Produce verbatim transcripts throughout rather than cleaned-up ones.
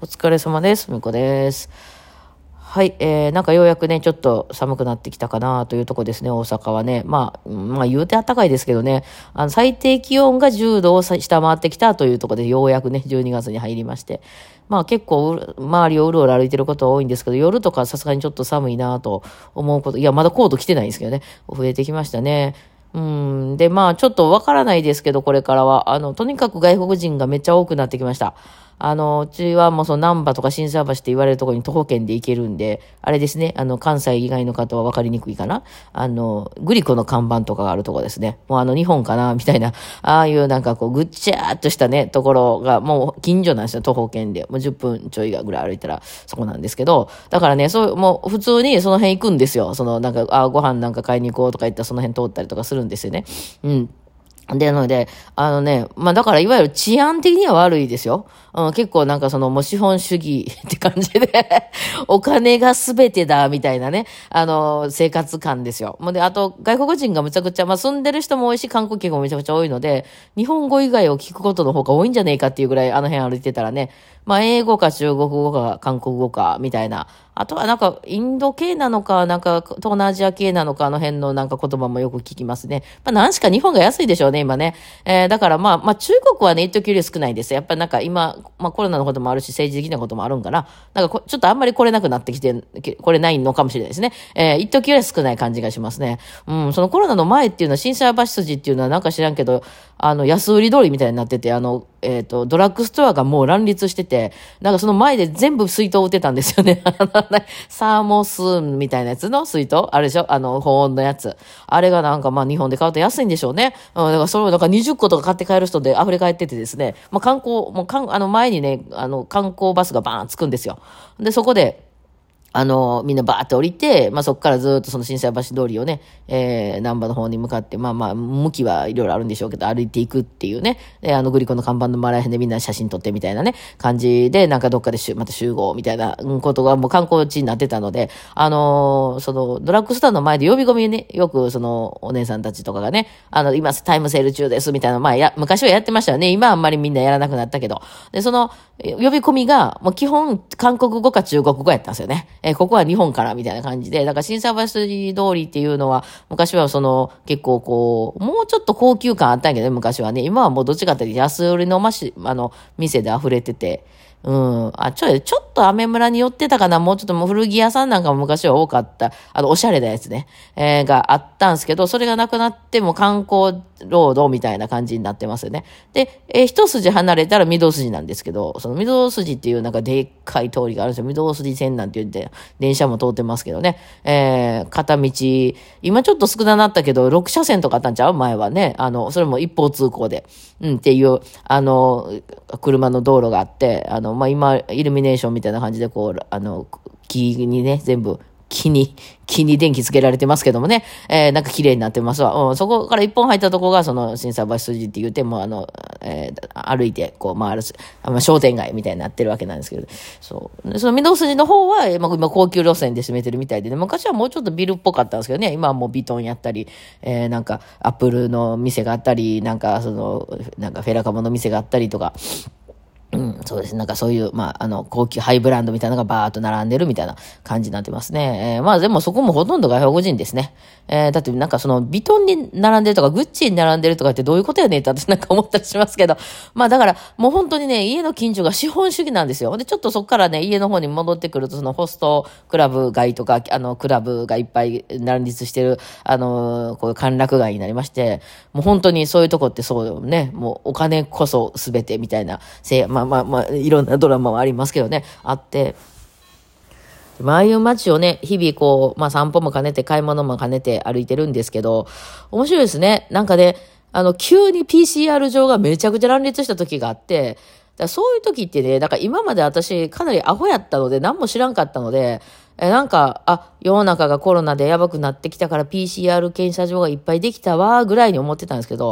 お疲れ様です。みこです。はい、えー、なんかようやくね、ちょっと寒くなってきたかなというところですね、大阪はね。まあ、まあ言うて暖かいですけどね、あの最低気温がじゅうどを下回ってきたというところで、ようやくね、じゅうにがつに入りまして。まあ結構、周りをうろうろ歩いてることは多いんですけど、夜とかさすがにちょっと寒いなと思うこと、いや、まだコート着てないんですけどね、増えてきましたね。うん。で、まあ、ちょっとわからないですけど、これからは。あの、とにかく外国人がめっちゃ多くなってきました。あの、うちはもうその難波とか新沢橋って言われるところに徒歩圏で行けるんで、あれですね、あの、関西以外の方はわかりにくいかな。あの、グリコの看板とかがあるところですね。もうあの、日本かなみたいな、ああいうなんかこう、ぐっちゃーっとしたね、ところが、もう近所なんですよ、徒歩圏で。もうじゅっぷんちょいぐらい歩いたら、そこなんですけど、だからね、そう、もう普通にその辺行くんですよ。その、なんか、あ、ご飯なんか買いに行こうとか言ったらその辺通ったりとかするんですよね。うん。で、なので、あのね、まあだからいわゆる治安的には悪いですよ。うん、結構なんかそのもう資本主義って感じでお金が全てだみたいなね、あの、生活感ですよ。もうで、あと外国人がむちゃくちゃ、まあ住んでる人も多いし、観光客もめちゃくちゃ多いので、日本語以外を聞くことの方が多いんじゃねえかっていうぐらいあの辺歩いてたらね、まあ英語か中国語か韓国語かみたいな。あとはなんかインド系なのか、なんか東南アジア系なのか、あの辺のなんか言葉もよく聞きますね。まあ何しか日本が安いでしょうね、今ね。えー、だからまあ、まあ中国はね、一時より少ないです。やっぱりなんか今、まあコロナのこともあるし、政治的なこともあるんかな。なんかこちょっとあんまり来れなくなってきて、来れないのかもしれないですね。えー、一時より少ない感じがしますね。うん、そのコロナの前っていうのは、震災橋筋っていうのはなんか知らんけど、あの、安売り通りみたいになってて、あの、えっと、ドラッグストアがもう乱立してて、なんかその前で全部水筒売ってたんですよね。サーモスみたいなやつの水筒あれでしょあの、保温のやつ。あれがなんかまあ日本で買うと安いんでしょうね。うん、だからそれをなんかにじゅっことか買って帰る人で溢れ返っててですね、まあ観光、もうかん、あの前にね、あの観光バスがバーンつくんですよ。で、そこで、あの、みんなバーって降りて、まあ、そこからずっとその震災橋通りをね、えー、南波の方に向かって、まあまあ、向きはいろいろあるんでしょうけど、歩いていくっていうね、で、あの、グリコの看板の周り辺でみんな写真撮ってみたいなね、感じで、なんかどっかでしゅまた集合みたいなことがもう観光地になってたので、あのー、その、ドラッグストアの前で呼び込みね、よくその、お姉さんたちとかがね、あの、今、タイムセール中です、みたいな、まあ、や、昔はやってましたよね。今はあんまりみんなやらなくなったけど。で、その、呼び込みが、もう基本、韓国語か中国語やったんですよね。えー、ここは日本からみたいな感じで、だから新沢橋通りっていうのは、昔はその、結構こう、もうちょっと高級感あったんやけどね、昔はね。今はもうどっちかっていうと安売りのまし、あの、店で溢れてて、うん。あ、ちょい、ちょっとアメ村に寄ってたかな。もうちょっともう古着屋さんなんかも昔は多かった。あの、おしゃれなやつね。えー、があったんですけど、それがなくなっても観光ロードみたいな感じになってますよね。で、えー、一筋離れたら御堂筋なんですけど、その御堂筋っていうなんかでっかい通りがあるんですよ。御堂筋線なんて言って、電車も通ってますけどね。えー、片道、今ちょっと少ななったけど、ろくしゃせんとかあったんちゃう前はね。あの、それも一方通行で。うん、っていう、あの、車の道路があって、あの、まあ、今、イルミネーションみたいな感じで、こう、あの、木にね、全部、木に、木に電気つけられてますけどもね、えー、なんか綺麗になってますわ。うん、そこから一本入ったとこが、その、震災橋筋って言って、もうあの、えー、歩いて、こう、回る、あまあ、商店街みたいになってるわけなんですけど、そう。その御堂筋の方は、まあ、今高級路線で占めてるみたいでね、昔はもうちょっとビルっぽかったんですけどね、今はもうビトンやったり、えー、なんか、アップルの店があったり、なんか、その、なんかフェラカモの店があったりとか、うん、そうですね。なんかそういう、まあ、あの、高級ハイブランドみたいなのがバーっと並んでるみたいな感じになってますね。えー、まあでもそこもほとんど外国人ですね。えー、だってなんかそのビトンに並んでるとかグッチに並んでるとかってどういうことやねんって私なんか思ったりしますけど。まあだからもう本当にね、家の近所が資本主義なんですよ。で、ちょっとそこからね、家の方に戻ってくるとそのホストクラブ街とか、あの、クラブがいっぱい乱立してる、あの、こういう歓楽街になりまして、もう本当にそういうとこってそうよね。もうお金こそ全てみたいな、せまあまあまあ、いろんなドラマはありますけどね、あって、まああいう街をね、日々こう、まあ散歩も兼ねて、買い物も兼ねて歩いてるんですけど、面白いですね。なんかね、あの、急に ピーシーアール 上がめちゃくちゃ乱立した時があって、だからそういう時ってね、だから今まで私かなりアホやったので、何も知らんかったので、え、なんか、あ、世の中がコロナでやばくなってきたから ピーシーアール 検査場がいっぱいできたわ、ぐらいに思ってたんですけど、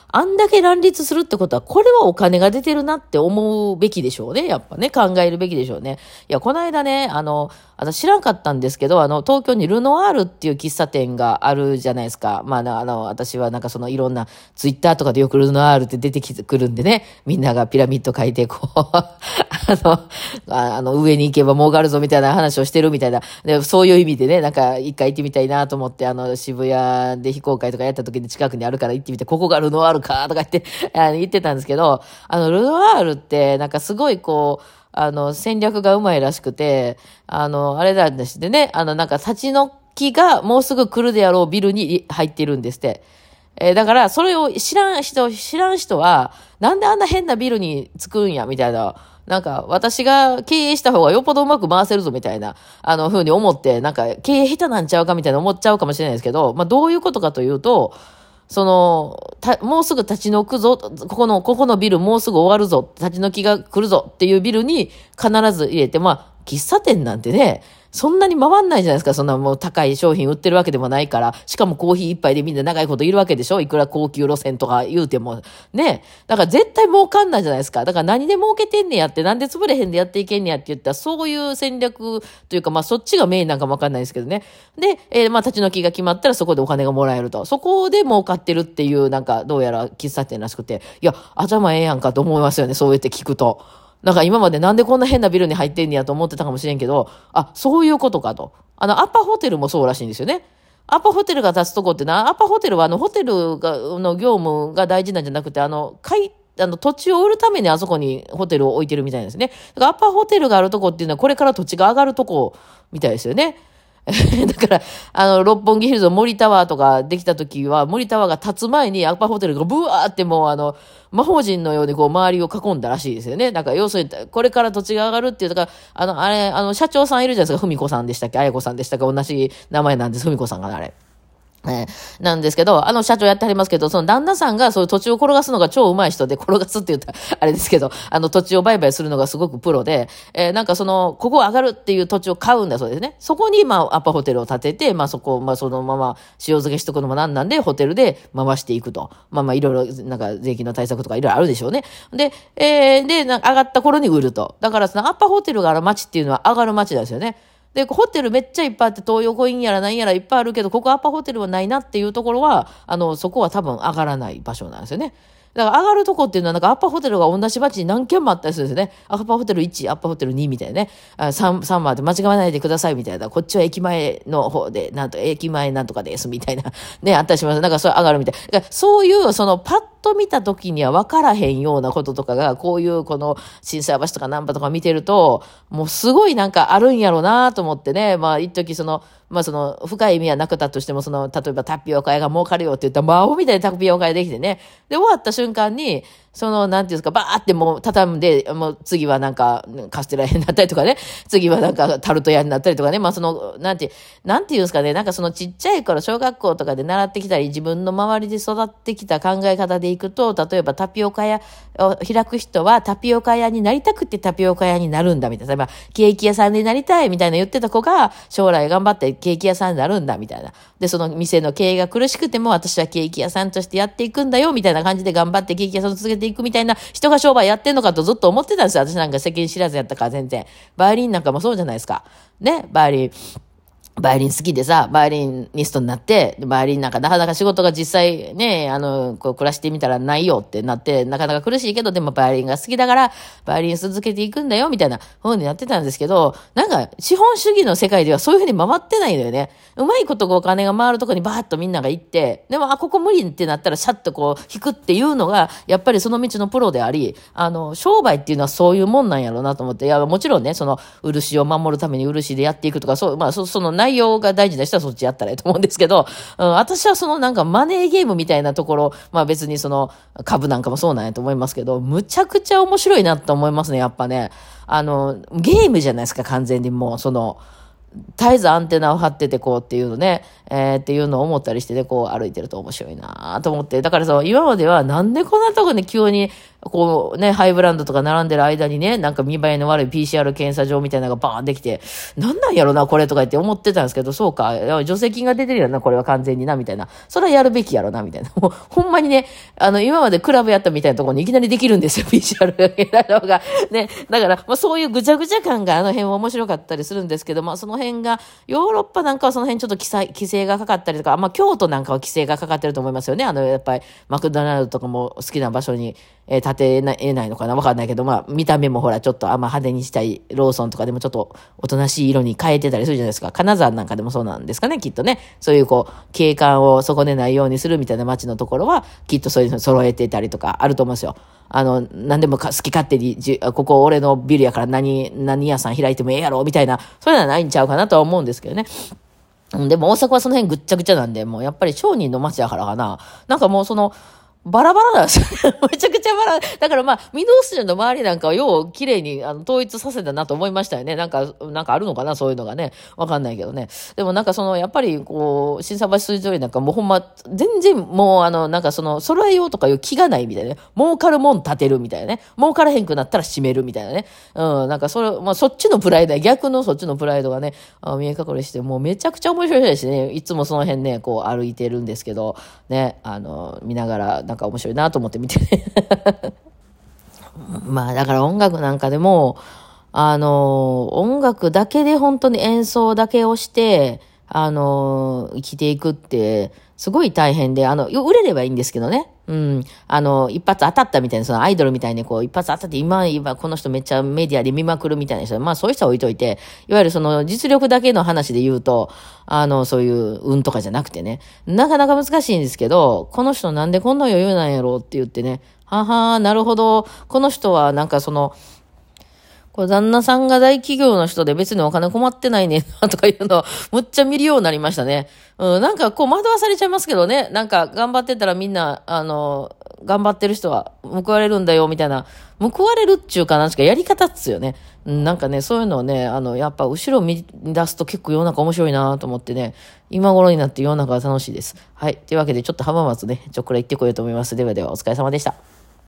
あんだけ乱立するってことは、これはお金が出てるなって思うべきでしょうね。やっぱね、考えるべきでしょうね。いや、この間ね、あの、私知らんかったんですけど、あの、東京にルノワールっていう喫茶店があるじゃないですか。まあ、あの、私はなんかそのいろんなツイッターとかでよくルノワールって出てくるんでね、みんながピラミッド書いて、こう、あの、ああの、上に行けば儲かるぞみたいな話をしてるみたいな。で、そういう意味でね、なんか一回行ってみたいなと思って、あの、渋谷で非公開とかやった時に近くにあるから行ってみて、ここがルノワールかとか言って、あの言ってたんですけど、あの、ルノワールってなんかすごいこう、あの、戦略がうまいらしくて、あの、あれなんですでね、あの、なんか立ち退きがもうすぐ来るであろうビルに入っているんですって。えー、だから、それを知らん人、知らん人は、なんであんな変なビルに作るんや、みたいな。なんか、私が経営した方がよっぽどうまく回せるぞ、みたいな、あの、風に思って、なんか、経営下手なんちゃうか、みたいな思っちゃうかもしれないですけど、まあ、どういうことかというと、その、た、もうすぐ立ち退くぞ、ここの、ここのビルもうすぐ終わるぞ、立ち退きが来るぞっていうビルに必ず入れて、まあ、喫茶店なんてね、そんなに回んないじゃないですか。そんなもう高い商品売ってるわけでもないから。しかもコーヒー一杯でみんな長いこといるわけでしょ。いくら高級路線とか言うても。ね。だから絶対儲かんないじゃないですか。だから何で儲けてんねやって、なんで潰れへんでやっていけんねやって言ったら、そういう戦略というか、まあそっちがメインなんかもわかんないですけどね。で、えー、まあ立ち退きが決まったらそこでお金がもらえると。そこで儲かってるっていう、なんかどうやら喫茶店らしくて。いや、頭ええやんかと思いますよね。そう言って聞くと。なんか今までなんでこんな変なビルに入ってんねやと思ってたかもしれんけど、あ、そういうことかと。あの、アパホテルもそうらしいんですよね。アパホテルが立つとこってな、アパホテルはあの、ホテルが、の業務が大事なんじゃなくて、あの、買い、あの、土地を売るためにあそこにホテルを置いてるみたいですね。だからアパホテルがあるとこっていうのはこれから土地が上がるとこみたいですよね。だから、あの、六本木ヒルズの森タワーとかできた時は、森タワーが立つ前にアパホテルがブワーってもうあの、魔法陣のようにこう周りを囲んだらしいですよね。なんか要するに、これから土地が上がるっていう、だから、あの、あれ、あの、社長さんいるじゃないですか。ふみこさんでしたっけあやこさんでしたっけ同じ名前なんです。ふみこさんがあれ。えー、なんですけど、あの社長やってはりますけど、その旦那さんがそういう土地を転がすのが超上手い人で、転がすって言ったらあれですけど、あの土地を売買するのがすごくプロで、えー、なんかその、ここ上がるっていう土地を買うんだそうですね。そこに、まあ、アパホテルを建てて、まあそこ、まあそのまま塩漬けしとくのもなんなんで、ホテルで回していくと。まあまあいろいろ、なんか税金の対策とかいろいろあるでしょうね。で、えー、で、なんか上がった頃に売ると。だからそのアパホテルがある街っていうのは上がる街ですよね。で、ホテルめっちゃいっぱいあって、東洋コインやら何やらいっぱいあるけど、ここアパホテルはないなっていうところは、あの、そこは多分上がらない場所なんですよね。だから上がるとこっていうのは、なんかアパホテルが同じ街に何軒もあったりするんですよね。アパホテルいち、アパホテルにみたいなね。あ 3, 3番で間違わないでくださいみたいな。こっちは駅前の方で、なんと、駅前なんとかですみたいな。ね、あったりします。なんかそれ上がるみたいな。だからそういう、そのパッと見た時には分からへんようなこととかが、こういうこの震災橋とか難波とか見てると、もうすごいなんかあるんやろうなと思ってね。まあ一時その、まあその深い意味はなくたとしても、その、例えばタピオカ屋が儲かるよって言ったら、魔王みたいにタピオカ屋できてね。で、終わった瞬間に、その、なんていうんですか、バーってもう畳んで、もう次はなんか、カステラ屋になったりとかね、次はなんかタルト屋になったりとかね、まあその、なんて、なんていうんですかね、なんかそのちっちゃい頃、小学校とかで習ってきたり、自分の周りで育ってきた考え方でいくと、例えばタピオカ屋を開く人はタピオカ屋になりたくてタピオカ屋になるんだみたいな。例えば、ケーキ屋さんになりたいみたいな言ってた子が、将来頑張ってケーキ屋さんになるんだみたいな。で、その店の経営が苦しくても、私はケーキ屋さんとしてやっていくんだよみたいな感じで頑張ってケーキ屋さんを続けていくみたいな人が商売やってんのかとずっと思ってたんですよ。私なんか世間知らずやったから全然。バイオリンなんかもそうじゃないですか。ね、バイオリン。バイオリン好きでさ、バイオリニストになって、バイオリンなんかなかなか仕事が実際ね、あの、こう暮らしてみたらないよってなって、なかなか苦しいけど、でもバイオリンが好きだから、バイオリン続けていくんだよ、みたいな風になってたんですけど、なんか、資本主義の世界ではそういう風に回ってないのよね。うまいことお金が回るとこにバーッとみんなが行って、でも、あ、ここ無理ってなったら、シャッとこう、引くっていうのが、やっぱりその道のプロであり、あの、商売っていうのはそういうもんなんやろうなと思って、いや、もちろんね、その、漆を守るために漆でやっていくとか、そう、まあ、そ、その内容が大事な人はそっちやったらいいと思うんですけど、うん、私はそのなんかマネーゲームみたいなところ、まあ別にその株なんかもそうなんやと思いますけど、むちゃくちゃ面白いなと思いますね、やっぱね。あの、ゲームじゃないですか、完全にもう、その、絶えずアンテナを張っててこうっていうのね、えー、っていうのを思ったりしてね、こう歩いてると面白いなと思って。だからそう、今まではなんでこんなとこに急にこうね、ハイブランドとか並んでる間にね、なんか見栄えの悪い ピーシーアール 検査場みたいなのがバーンできて、なんなんやろな、これとか言って思ってたんですけど、そうか、助成金が出てるよな、これは完全にな、みたいな。それはやるべきやろな、みたいな。もう、ほんまにね、あの、今までクラブやったみたいなところにいきなりできるんですよ、ピーシーアール 検査場が。ね、だから、まあそういうぐちゃぐちゃ感があの辺は面白かったりするんですけど、まあその辺が、ヨーロッパなんかはその辺ちょっと規制規制がかかったりとか、まあ京都なんかは規制がかかってると思いますよね。あの、やっぱり、マクドナルドとかも好きな場所に、えー、建てなえないのかなわかんないけど、まあ、見た目もほら、ちょっとあんま派手にしたいローソンとかでもちょっとおとなしい色に変えてたりするじゃないですか。金沢なんかでもそうなんですかね、きっとね。そういうこう、景観を損ねないようにするみたいな街のところは、きっとそういうの揃えてたりとかあると思うんですよ。あの、何でもか好き勝手にじ、ここ俺のビルやから何、何屋さん開いてもええやろ、みたいな、そういうのはないんちゃうかなとは思うんですけどね。でも大阪はその辺ぐっちゃぐちゃなんで、もうやっぱり商人の街やからかな。なんかもうその、バラバラなんですよ。めちゃくちゃバラ。だからまあ、御堂筋の周りなんかをよう綺麗にあの統一させたなと思いましたよね。なんか、なんかあるのかなそういうのがね。わかんないけどね。でもなんかその、やっぱりこう、新桟橋筋通りなんかもうほんま、全然もうあの、なんかその、揃えようとかいう気がないみたいなね。儲かるもん立てるみたいなね。儲からへんくなったら閉めるみたいなね。うん、なんかそれ、まあそっちのプライド、逆のそっちのプライドがね、あ見え隠れして、もうめちゃくちゃ面白いですね。いつもその辺ね、こう歩いてるんですけど、ね、あの、見ながらなんか面白いなと思って見てね。まあだから音楽なんかでも、あの、音楽だけで本当に演奏だけをして、あの、生きていくって、すごい大変で、あの、売れればいいんですけどね。うん。あの、一発当たったみたいな、そのアイドルみたいにこう、一発当たって、今、今、この人めっちゃメディアで見まくるみたいな人、まあそういう人は置いといて、いわゆるその実力だけの話で言うと、あの、そういう運とかじゃなくてね、なかなか難しいんですけど、この人なんでこんな余裕なんやろうって言ってね、ははなるほど、この人はなんかその、これ旦那さんが大企業の人で別にお金困ってないねんなとかいうのをむっちゃ見るようになりましたね。うん、なんかこう惑わされちゃいますけどね。なんか頑張ってたらみんな、あの、頑張ってる人は報われるんだよみたいな。報われるっちゅうかなんしかやり方っすよね。うん、なんかね、そういうのをね、あの、やっぱ後ろを見出すと結構世の中面白いなと思ってね、今頃になって世の中が楽しいです。はい。というわけでちょっと浜松ね、ちょ、これ行ってこようと思います。ではではお疲れ様でした。